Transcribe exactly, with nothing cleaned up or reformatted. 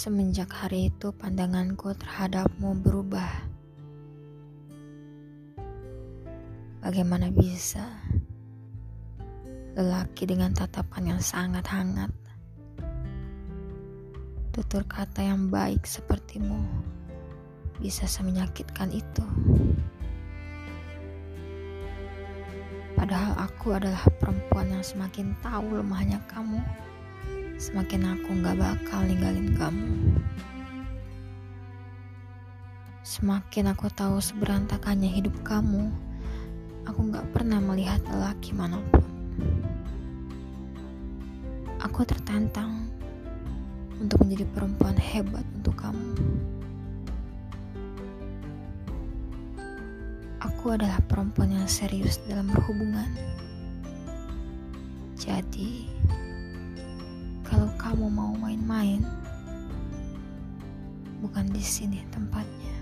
Semenjak hari itu pandanganku terhadapmu berubah. Bagaimana bisa lelaki dengan tatapan yang sangat hangat, tutur kata yang baik sepertimu bisa semenyakitkan itu? Padahal aku adalah perempuan yang semakin tahu lemahnya kamu, semakin aku gak bakal ninggalin kamu. Semakin aku tahu seberantakannya hidup kamu, aku gak pernah melihat lelaki manapun. Aku tertantang untuk menjadi perempuan hebat untuk kamu. Aku adalah perempuan yang serius dalam berhubungan. Jadi, kalau kamu mau main-main, bukan di sini tempatnya.